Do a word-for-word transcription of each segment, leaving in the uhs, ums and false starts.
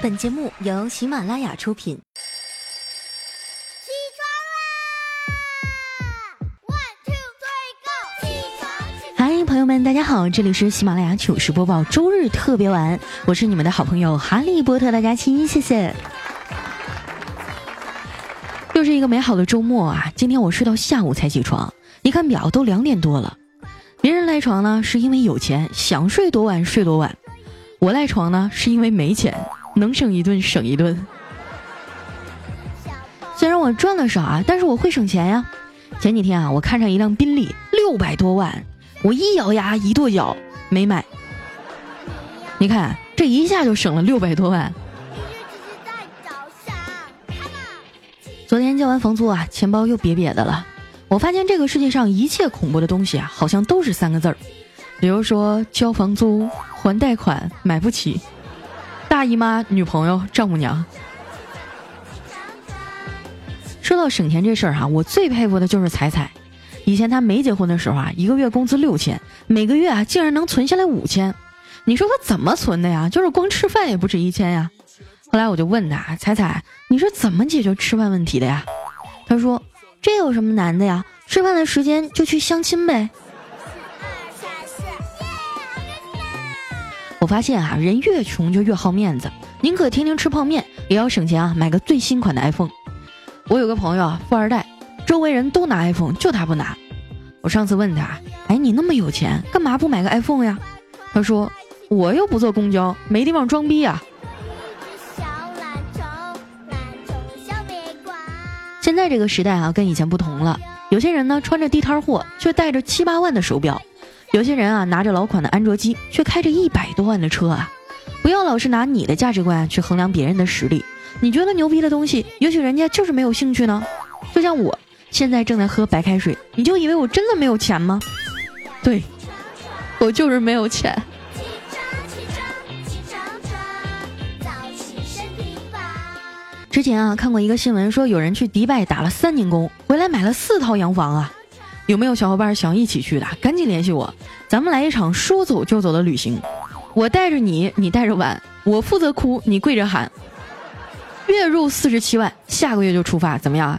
本节目由喜马拉雅出品。 起床啦 ！One two three go！ 起床！ 嗨，朋友们，大家好，这里是喜马拉雅糗事播报周日特别晚，我是你们的好朋友哈利波特大家亲，谢谢。又是一个美好的周末啊！今天我睡到下午才起床，一看表都两点多了。别人赖床呢，是因为有钱，想睡多晚睡多晚；我赖床呢，是因为没钱，能省一顿省一顿。虽然我赚的少啊，但是我会省钱呀。前几天啊，我看上一辆宾利，六百多万，我一咬牙一跺脚没买。你看，这一下就省了六百多万。昨天交完房租啊，钱包又瘪瘪的了。我发现这个世界上一切恐怖的东西啊，好像都是三个字儿，比如说交房租、还贷款、买不起、大姨妈、女朋友、丈母娘。说到省钱这事儿哈，我最佩服的就是彩彩。以前她没结婚的时候啊，一个月工资六千，每个月啊竟然能存下来五千。你说她怎么存的呀？就是光吃饭也不止一千呀。后来我就问她，彩彩，你是怎么解决吃饭问题的呀？她说，这有什么难的呀？吃饭的时间就去相亲呗。我发现啊，人越穷就越好面子，宁可天天吃泡面，也要省钱啊，买个最新款的 iPhone。我有个朋友啊，富二代，周围人都拿 iPhone， 就他不拿。我上次问他，哎，你那么有钱，干嘛不买个 iPhone 呀？他说，我又不坐公交，没地方装逼呀。现在这个时代啊，跟以前不同了。有些人呢穿着地摊货，却带着七八万的手表；有些人啊拿着老款的安卓机，却开着一百多万的车啊！不要老是拿你的价值观去衡量别人的实力。你觉得牛逼的东西，也许人家就是没有兴趣呢。就像我现在正在喝白开水，你就以为我真的没有钱吗？对，我就是没有钱。之前啊看过一个新闻，说有人去迪拜打了三年工，回来买了四套洋房啊。有没有小伙伴想一起去的？赶紧联系我，咱们来一场说走就走的旅行。我带着你，你带着玩，我负责哭，你跪着喊。月入四十七万，下个月就出发，怎么样啊？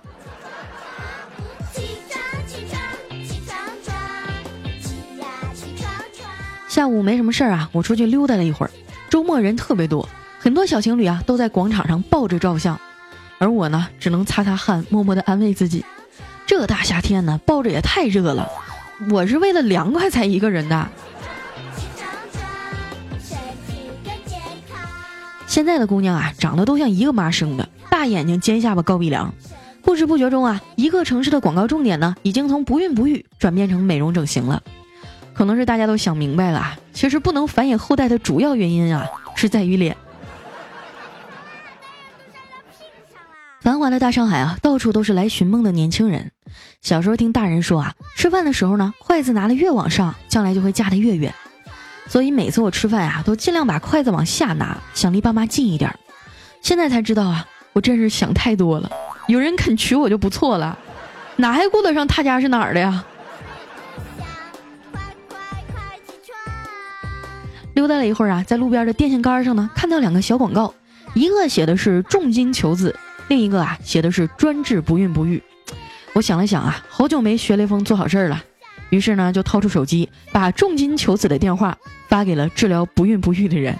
下午没什么事儿啊，我出去溜达了一会儿。周末人特别多，很多小情侣啊都在广场上抱着照相，而我呢只能擦擦汗，默默地安慰自己，这大夏天呢抱着也太热了，我是为了凉快才一个人的。现在的姑娘啊长得都像一个妈生的，大眼睛尖下巴高鼻梁。不知不觉中啊，一个城市的广告重点呢已经从不孕不育转变成美容整形了。可能是大家都想明白了，其实不能繁衍后代的主要原因啊是在于脸。繁华的大上海啊，到处都是来寻梦的年轻人。小时候听大人说啊，吃饭的时候呢，筷子拿得越往上，将来就会嫁得越远。所以每次我吃饭啊，都尽量把筷子往下拿，想离爸妈近一点。现在才知道啊，我真是想太多了。有人肯娶我就不错了，哪还顾得上他家是哪儿的呀？溜达了一会儿啊，在路边的电线杆上呢，看到两个小广告，一个写的是重金求子，另一个啊写的是专治不孕不育。我想了想啊，好久没学雷锋做好事了，于是呢就掏出手机，把重金求子的电话发给了治疗不孕不育的人。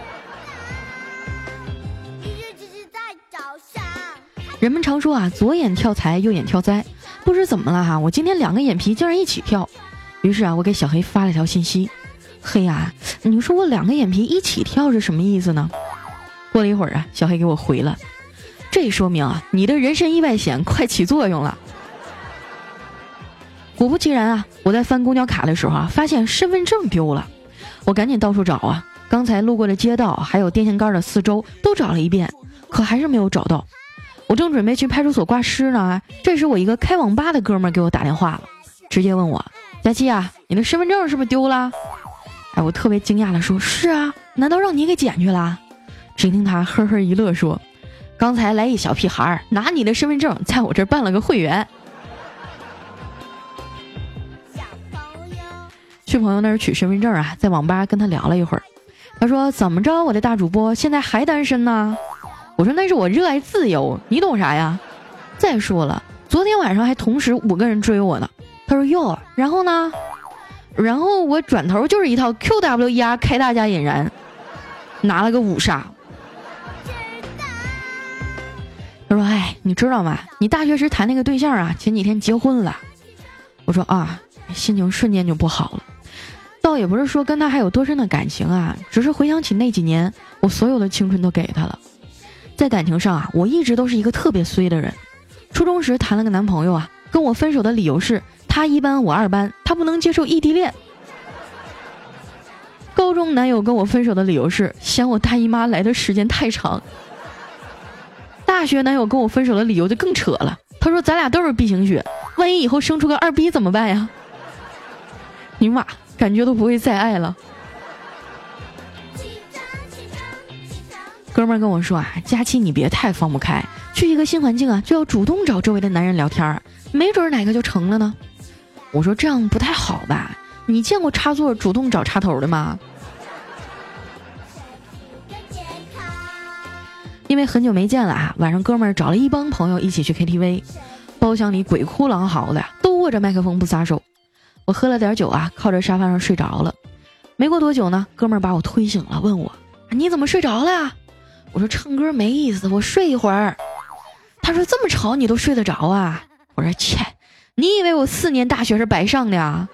人们常说啊，左眼跳财，右眼跳灾，不知怎么了哈，我今天两个眼皮竟然一起跳。于是啊，我给小黑发了条信息，黑啊，你说我两个眼皮一起跳是什么意思呢？过了一会儿啊，小黑给我回了，这说明啊，你的人身意外险快起作用了。果不其然啊，我在翻公交卡的时候啊，发现身份证丢了。我赶紧到处找啊，刚才路过的街道还有电线杆的四周都找了一遍，可还是没有找到。我正准备去派出所挂失呢，这时我一个开网吧的哥们儿给我打电话了，直接问我，佳琪啊，你的身份证是不是丢了？哎，我特别惊讶的说，是啊，难道让你给捡去了？只听他呵呵一乐说，刚才来一小屁孩拿你的身份证在我这儿办了个会员。去朋友那儿取身份证啊，在网吧跟他聊了一会儿， 他说怎么着我的大主播现在还单身呢？我说那是我热爱自由，你懂啥呀？再说了，昨天晚上还同时五个人追我呢。他说哟，然后呢？然后我转头就是一套 Q W E R 开大加引燃，拿了个五杀。他说哎，你知道吗？你大学时谈那个对象啊，前几天结婚了。我说啊，心情瞬间就不好了。倒也不是说跟他还有多深的感情啊，只是回想起那几年，我所有的青春都给他了。在感情上啊，我一直都是一个特别衰的人。初中时谈了个男朋友啊，跟我分手的理由是他一班我二班，他不能接受异地恋。高中男友跟我分手的理由是嫌我大姨妈来的时间太长。大学男友跟我分手的理由就更扯了，他说咱俩都是 B 型血，万一以后生出个二 B 怎么办呀？你妈，感觉都不会再爱了。哥们儿跟我说啊，佳期你别太放不开，去一个新环境啊，就要主动找周围的男人聊天，没准哪个就成了呢。我说这样不太好吧？你见过插座主动找插头的吗？因为很久没见了啊，晚上哥们儿找了一帮朋友一起去 K T V， 包厢里鬼哭狼嚎的，都握着麦克风不撒手。我喝了点酒啊，靠着沙发上睡着了。没过多久呢，哥们儿把我推醒了，问我你怎么睡着了呀？我说唱歌没意思，我睡一会儿。他说这么吵你都睡得着啊？我说切，你以为我四年大学是白上的呀？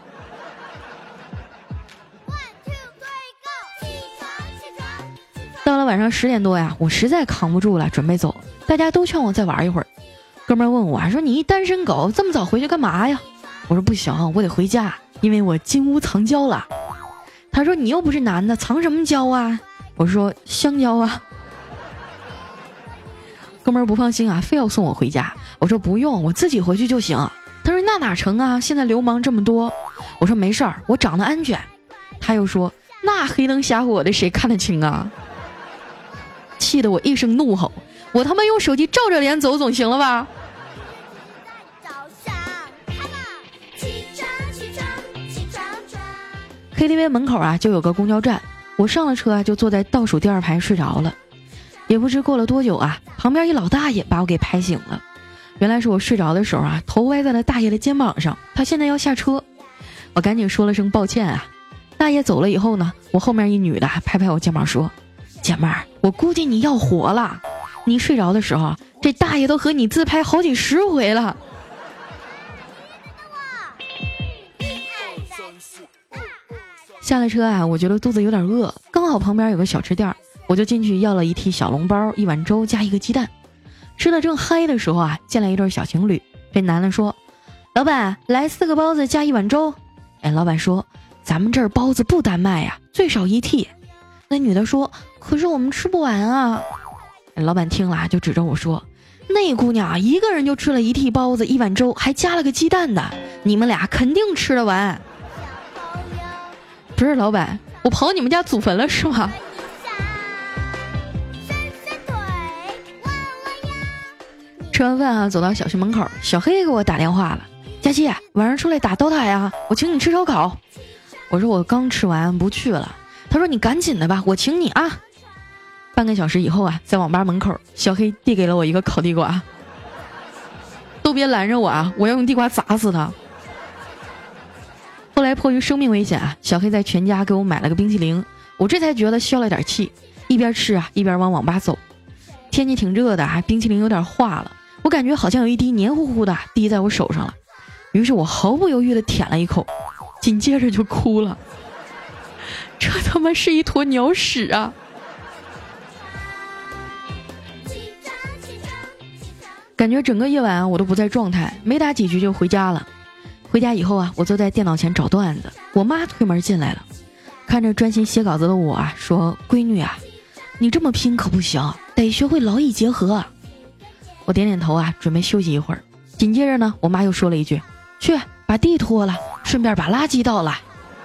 到了晚上十点多呀，我实在扛不住了，准备走，大家都劝我再玩一会儿。哥们儿问我说你一单身狗这么早回去干嘛呀？我说不行，我得回家，因为我金屋藏娇了。他说你又不是男的，藏什么娇啊？我说香蕉啊。哥们儿不放心啊，非要送我回家。我说不用，我自己回去就行。他说那哪成啊，现在流氓这么多。我说没事儿，我长得安全。他又说那黑灯瞎火的谁看得清啊？气得我一声怒吼，我他妈用手机照着脸走总行了吧？ K T V 门口啊就有个公交站，我上了车啊就坐在倒数第二排睡着了。也不知过了多久啊，旁边一老大爷把我给拍醒了。原来是我睡着的时候啊，头歪在了大爷的肩膀上，他现在要下车。我赶紧说了声抱歉啊。大爷走了以后呢，我后面一女的拍拍我肩膀说，姐妹儿，我估计你要火了，你睡着的时候这大爷都和你自拍好几十回了。下了车啊，我觉得肚子有点饿，刚好旁边有个小吃店，我就进去要了一屉小笼包，一碗粥加一个鸡蛋。吃的正嗨的时候啊，进来一对小情侣。这男的说，老板来四个包子加一碗粥。哎，老板说咱们这儿包子不单卖呀、啊，最少一屉。那女的说可是我们吃不完啊。哎，老板听了就指着我说，那姑娘啊一个人就吃了一屉包子一碗粥还加了个鸡蛋的，你们俩肯定吃得完。不是老板，我跑你们家祖坟了是吗？吃完饭啊，走到小区门口，小黑给我打电话了，佳琪，晚上出来打刀塔呀，我请你吃烧烤。我说我刚吃完不去了。他说你赶紧的吧，我请你啊。半个小时以后啊，在网吧门口，小黑递给了我一个烤地瓜。都别拦着我啊，我要用地瓜砸死他。后来迫于生命危险啊，小黑在全家给我买了个冰淇淋，我这才觉得消了点气，一边吃啊一边往网吧走。天气挺热的啊，冰淇淋有点化了，我感觉好像有一滴黏糊糊的滴在我手上了，于是我毫不犹豫地舔了一口，紧接着就哭了。这他妈是一坨鸟屎啊！感觉整个夜晚啊我都不在状态，没打几局就回家了。回家以后啊，我坐在电脑前找段子，我妈推门进来了，看着专心写稿子的我啊，说：“闺女啊，你这么拼可不行，得学会劳逸结合。”我点点头啊，准备休息一会儿。紧接着呢，我妈又说了一句：“去把地拖了，顺便把垃圾倒了。”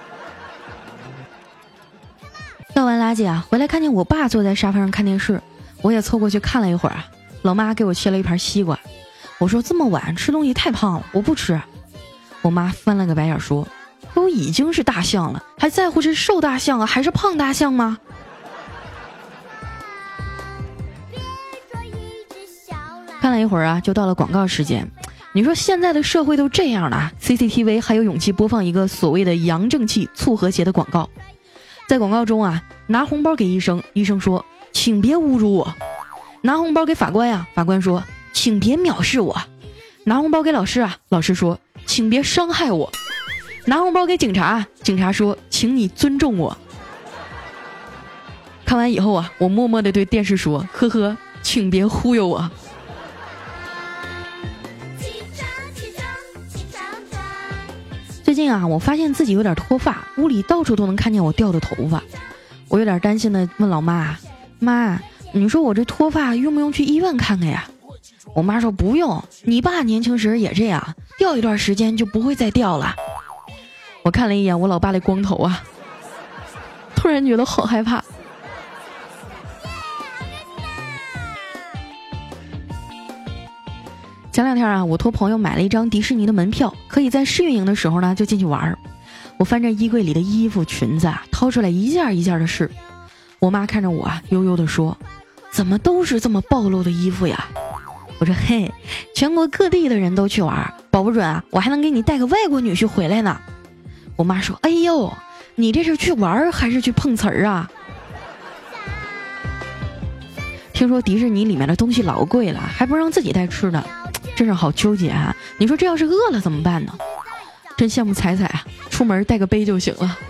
倒完垃圾啊，回来看见我爸坐在沙发上看电视，我也凑过去看了一会儿啊。老妈给我切了一盘西瓜，我说：“这么晚吃东西太胖了，我不吃。”我妈翻了个白眼说：“都已经是大象了，还在乎是瘦大象啊还是胖大象吗？” 了一会儿啊，就到了广告时间。你说现在的社会都这样了 ，C C T V 还有勇气播放一个所谓的阳正气促和谐的广告。在广告中啊，拿红包给医生，医生说请别侮辱我；拿红包给法官呀，法官说请别藐视我；拿红包给老师啊，老师说请别伤害我；拿红包给警察，警察说请你尊重我。看完以后啊，我默默地对电视说呵呵，请别忽悠我。最近啊，我发现自己有点脱发，屋里到处都能看见我掉的头发。我有点担心的问老妈：“妈，你说我这脱发用不用去医院看看呀？”我妈说：“不用，你爸年轻时也这样，掉一段时间就不会再掉了。”我看了一眼我老爸的光头啊，突然觉得好害怕。前两天啊，我托朋友买了一张迪士尼的门票，可以在试运营的时候呢就进去玩。我翻着衣柜里的衣服裙子啊，掏出来一件一件的试。我妈看着我啊，悠悠地说：“怎么都是这么暴露的衣服呀？”我说：“嘿，全国各地的人都去玩，保不准啊，我还能给你带个外国女婿回来呢。”我妈说：“哎呦，你这是去玩还是去碰瓷儿啊？”听说迪士尼里面的东西老贵了，还不让自己带吃的。真是好纠结啊！你说这要是饿了怎么办呢？真羡慕彩彩啊，出门带个杯就行了。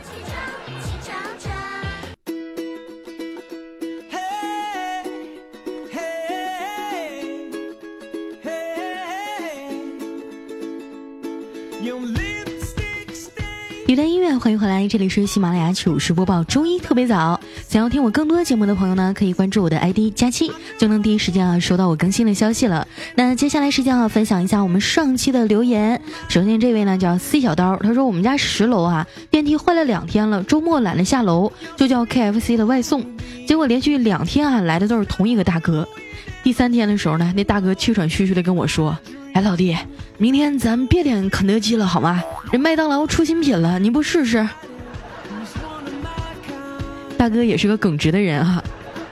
一段音乐，欢迎回来，这里是喜马拉雅糗事播报周一特别早。想要听我更多节目的朋友呢，可以关注我的 I D 加七，就能第一时间啊收到我更新的消息了。那接下来时间啊，分享一下我们上期的留言。首先这位呢叫 C 小刀，他说我们家十楼啊电梯坏了两天了，周末懒得下楼，就叫 K F C 的外送，结果连续两天啊来的都是同一个大哥。第三天的时候呢，那大哥气喘吁吁的跟我说：“哎，老弟，明天咱们别点肯德基了好吗？这麦当劳出新品了，你不试试？”大哥也是个耿直的人啊。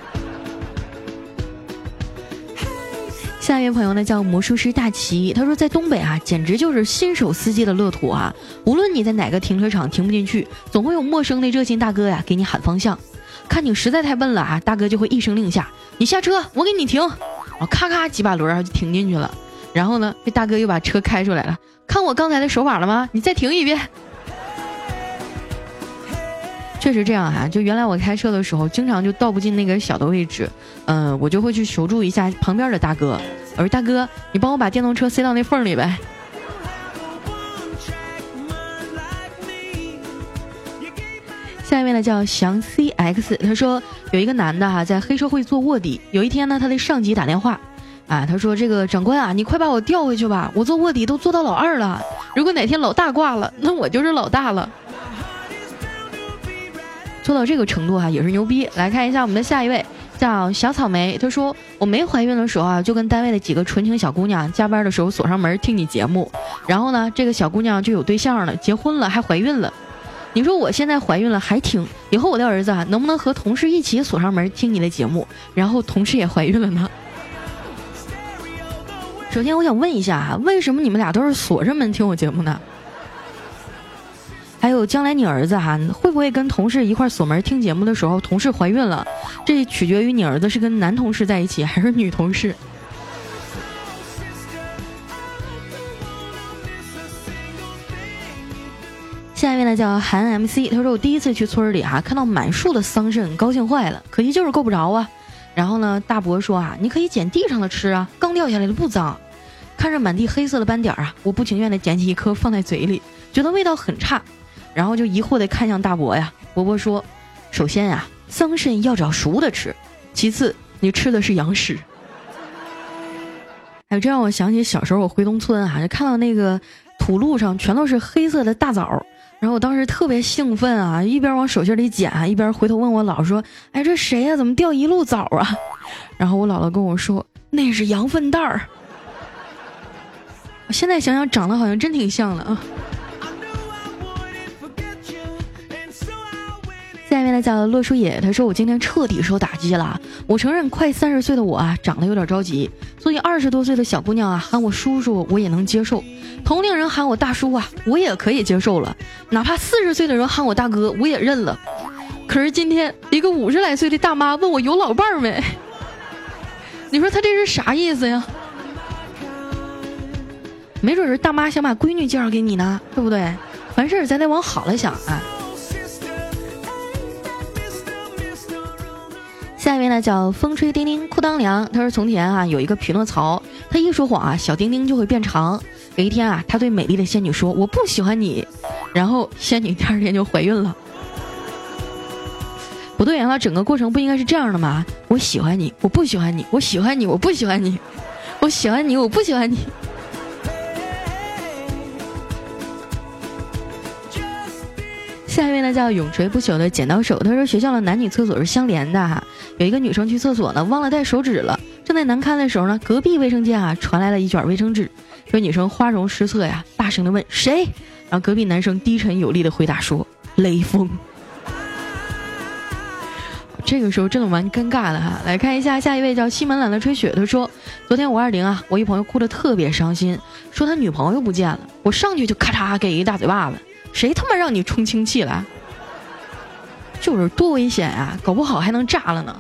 下一位朋友呢叫魔术师大齐，他说在东北啊，简直就是新手司机的乐土啊！无论你在哪个停车场停不进去，总会有陌生的热心大哥呀给你喊方向。看你实在太笨了啊，大哥就会一声令下，你下车，我给你停。然后咔咔几把轮啊就停进去了。然后呢，这大哥又把车开出来了，看我刚才的手法了吗？你再停一遍。确实这样啊，就原来我开车的时候，经常就倒不进那个小的位置，嗯、呃，我就会去求助一下旁边的大哥，我说大哥，你帮我把电动车塞到那缝里呗。下一位呢叫翔 C X， 他说有一个男的哈、啊、在黑社会做卧底，有一天呢他的上级打电话。啊，他说这个长官啊，你快把我调回去吧，我做卧底都做到老二了，如果哪天老大挂了，那我就是老大了。做到这个程度啊，也是牛逼。来看一下我们的下一位，叫小草莓，他说我没怀孕的时候啊，就跟单位的几个纯情小姑娘加班的时候锁上门听你节目，然后呢，这个小姑娘就有对象了，结婚了，还怀孕了。你说我现在怀孕了还听，以后我的儿子啊，能不能和同事一起锁上门听你的节目，然后同事也怀孕了呢？首先我想问一下啊，为什么你们俩都是锁着门听我节目呢？还有将来你儿子哈、啊、会不会跟同事一块锁门听节目的时候同事怀孕了，这取决于你儿子是跟男同事在一起还是女同事。下一位呢叫韩 M C， 他说我第一次去村里哈、啊、看到满树的桑葚，高兴坏了，可惜就是够不着啊。然后呢，大伯说啊，你可以捡地上的吃啊，刚掉下来的不脏。看着满地黑色的斑点啊，我不情愿的捡起一颗放在嘴里，觉得味道很差，然后就疑惑的看向大伯呀。伯伯说，首先呀、啊，桑葚要找熟的吃，其次你吃的是羊屎。哎，这让我想起小时候我回农村啊，就看到那个土路上全都是黑色的大枣。然后我当时特别兴奋啊，一边往手心里捡啊，一边回头问我姥说：“哎，这谁呀、啊？怎么掉一路枣啊？”然后我姥姥跟我说：“那是羊粪蛋儿。”我现在想想，长得好像真挺像的啊。下一位呢叫洛书野，他说我今天彻底受打击了。我承认，快三十岁的我啊，长得有点着急。 所以二十多岁的小姑娘啊喊我叔叔我也能接受，同龄人喊我大叔啊我也可以接受了，哪怕四十岁的人喊我大哥我也认了。可是今天一个五十来岁的大妈问我有老伴没，你说她这是啥意思呀？没准是大妈想把闺女介绍给你呢，对不对？凡事咱得往好了想啊。下一位呢叫风吹丁丁裤裆凉，他说从前啊有一个匹诺曹，他一说谎啊小丁丁就会变长。有一天啊他对美丽的仙女说我不喜欢你，然后仙女第二天就怀孕了。不对啊，整个过程不应该是这样的吗？我喜欢你，我不喜欢你，我喜欢你，我不喜欢你，我喜欢你，我不喜欢你。下一位呢叫永垂不朽的剪刀手，他说学校的男女厕所是相连的哈，有一个女生去厕所呢忘了带手纸了，正在难堪的时候呢，隔壁卫生间啊传来了一卷卫生纸，这女生花容失色呀，大声的问谁，然后隔壁男生低沉有力的回答说雷锋。这个时候真的蛮尴尬的哈。来看一下下一位叫西门懒得吹雪，他说昨天五二零啊，我一朋友哭得特别伤心，说他女朋友不见了，我上去就咔嚓给一大嘴巴子，谁他妈让你充氢气了？就是多危险啊，搞不好还能炸了呢。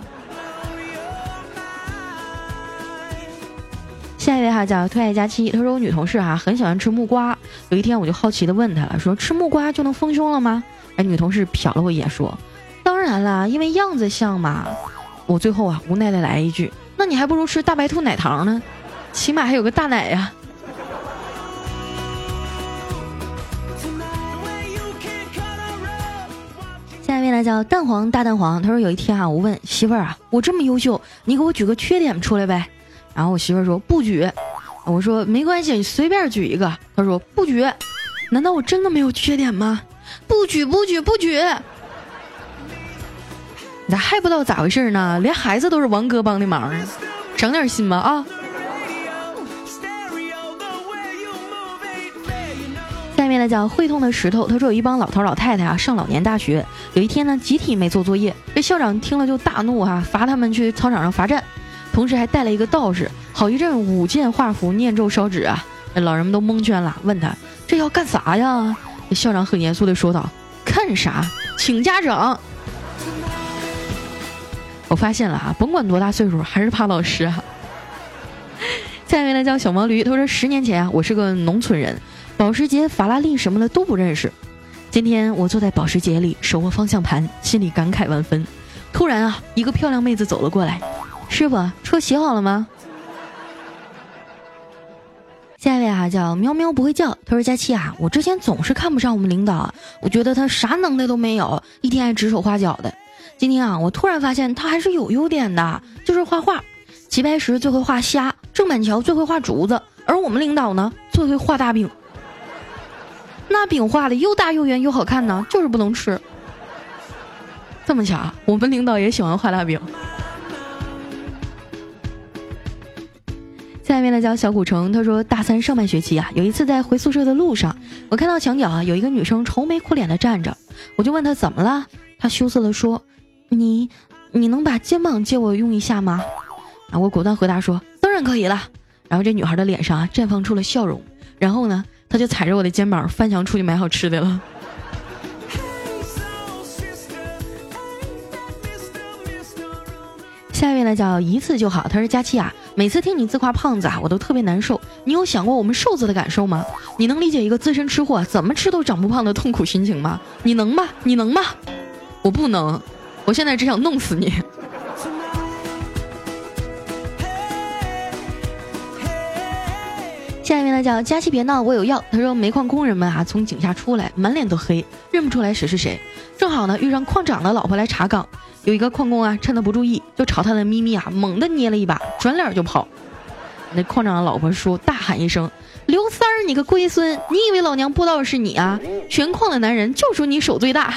下一位哈叫推爱佳期，他说我女同事哈很喜欢吃木瓜，有一天我就好奇的问她了，说吃木瓜就能丰胸了吗？哎，女同事瞟了我一眼说当然啦，因为样子像嘛。我最后啊无奈的来一句，那你还不如吃大白兔奶糖呢，起码还有个大奶呀。下一位呢叫蛋黄大蛋黄，他说有一天啊我问媳妇儿啊，我这么优秀，你给我举个缺点出来呗。然后我媳妇儿说不举。我说没关系，你随便举一个。他说不举。难道我真的没有缺点吗？不举不举不举。你还不知道咋回事呢，连孩子都是王哥帮的忙，长点心吧啊。下面呢叫会痛的石头，他说有一帮老头老太太啊上老年大学，有一天呢集体没做作业，这校长听了就大怒哈、啊，罚他们去操场上罚站，同时还带了一个道士，好一阵舞剑画符念咒烧纸啊，那老人们都蒙圈了，问他这要干啥呀？这校长很严肃地说道，看啥？请家长。我发现了啊，甭管多大岁数，还是怕老师啊。下面呢叫小毛驴，他说十年前啊，我是个农村人，保时捷、法拉利什么的都不认识。今天我坐在保时捷里，手握方向盘，心里感慨万分。突然啊，一个漂亮妹子走了过来，师傅，车洗好了吗？下一位啊叫喵喵不会叫，他说佳期啊，我之前总是看不上我们领导，我觉得他啥能耐都没有，一天还指手画脚的。今天啊，我突然发现他还是有优点的，就是画画。齐白石最会画虾，郑板桥最会画竹子，而我们领导呢，最会画大饼。那饼画的又大又圆又好看呢，就是不能吃。这么巧，我们领导也喜欢画大饼。下面呢叫小古城，他说大三上半学期啊，有一次在回宿舍的路上，我看到墙角啊有一个女生愁眉苦脸的站着，我就问她怎么了，她羞涩地说，你你能把肩膀借我用一下吗？啊，我果断回答说当然可以了。然后这女孩的脸上啊绽放出了笑容，然后呢她就踩着我的肩膀翻墙出去买好吃的了。下一位呢叫一次就好，他说佳期啊，每次听你自夸胖子啊，我都特别难受。你有想过我们瘦子的感受吗？你能理解一个资深吃货怎么吃都长不胖的痛苦心情吗？你能吗？你能吗？我不能，我现在只想弄死你。下一位呢叫佳期别闹我有药，他说煤矿工人们啊从井下出来，满脸都黑，认不出来谁是谁。正好呢遇上矿长的老婆来查岗，有一个矿工啊趁他不注意，就朝他的咪咪啊猛地捏了一把，转脸就跑。那矿长的老婆说大喊一声，刘三儿你个龟孙，你以为老娘不知道是你啊？全矿的男人就属你手最大。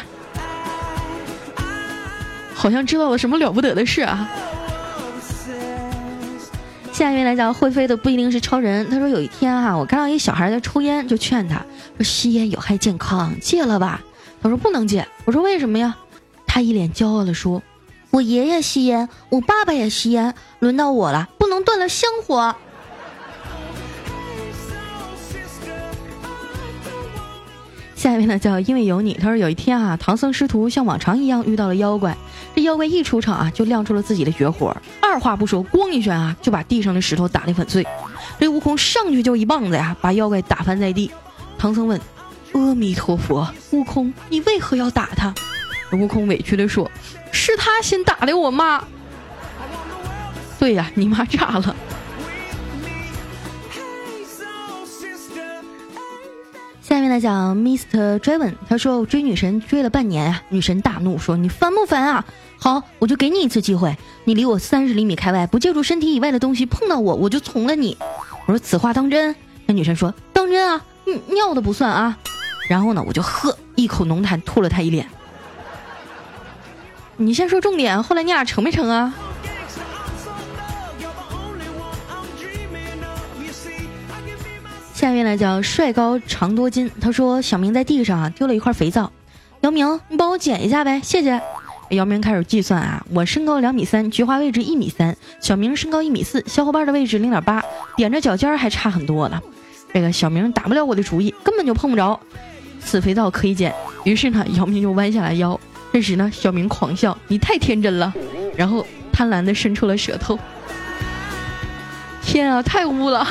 好像知道了什么了不得的事啊。下一位来讲会飞的不一定是超人，他说有一天哈、啊，我看到一小孩在抽烟，就劝他说吸烟有害健康，戒了吧。他说不能戒。我说为什么呀？他一脸骄傲地说， 我爷爷吸烟，我爸爸也吸烟，轮到我了，不能断了香火。下一位呢叫因为有你，他说有一天啊，唐僧师徒像往常一样遇到了妖怪，这妖怪一出场啊，就亮出了自己的绝活，二话不说，咣一拳啊，就把地上的石头打得粉碎。这悟空上去就一棒子呀，把妖怪打翻在地。唐僧问：阿弥陀佛，悟空，你为何要打他？悟空委屈地说：是他先打的我妈。对呀，你妈炸了。下面来讲 mister Draven， 他说我追女神追了半年啊，女神大怒说：你烦不烦啊？好，我就给你一次机会，你离我三十厘米开外，不借助身体以外的东西碰到我，我就从了你。我说此话当真？那女神说当真啊，你尿的不算啊。然后呢，我就喝一口浓痰吐了他一脸。你先说重点，后来你俩成没成啊？下面来讲帅高长多金，他说小明在地上啊丢了一块肥皂，姚明你帮我捡一下呗，谢谢。姚明开始计算啊，我身高两米三，菊花位置一米三，小明身高一米四，小伙伴的位置零点八，点着脚尖还差很多呢。这个小明打不了我的主意，根本就碰不着，此肥皂可以捡。于是呢，姚明就弯下来腰。这时呢，小明狂笑：你太天真了。然后贪婪地伸出了舌头。天啊，太污了。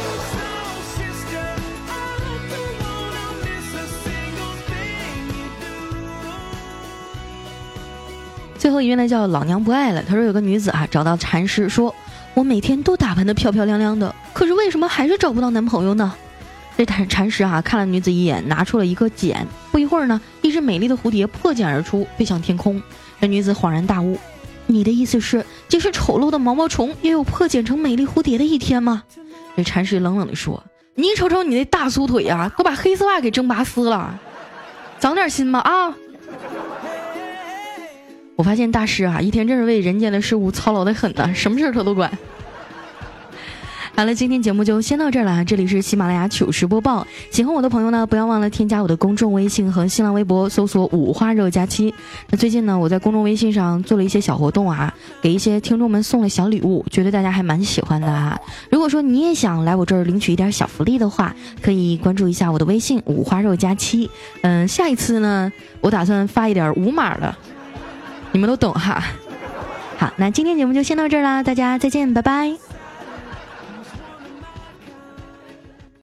最后一位呢叫老娘不爱了，他说有个女子啊找到禅师说，我每天都打扮得漂漂亮亮的，可是为什么还是找不到男朋友呢？这禅禅师啊看了女子一眼，拿出了一个茧，不一会儿呢，一只美丽的蝴蝶破茧而出，飞向天空。这女子恍然大悟，你的意思是即使丑陋的毛毛虫也有破茧成美丽蝴蝶的一天吗？这禅师冷冷地说，你瞅瞅你那大粗腿啊，都把黑丝袜给挣拔丝了，长点心吧啊。我发现大师啊，一天真是为人间的事物操劳的很呢，什么事他都管。好了，今天节目就先到这儿了，这里是喜马拉雅糗事播报。喜欢我的朋友呢，不要忘了添加我的公众微信和新浪微博，搜索五花肉假期。那最近呢，我在公众微信上做了一些小活动啊，给一些听众们送了小礼物，觉得大家还蛮喜欢的啊。如果说你也想来我这儿领取一点小福利的话，可以关注一下我的微信五花肉假期。嗯，下一次呢，我打算发一点无码的。你们都懂哈。好，那今天节目就先到这儿啦，大家再见，拜拜。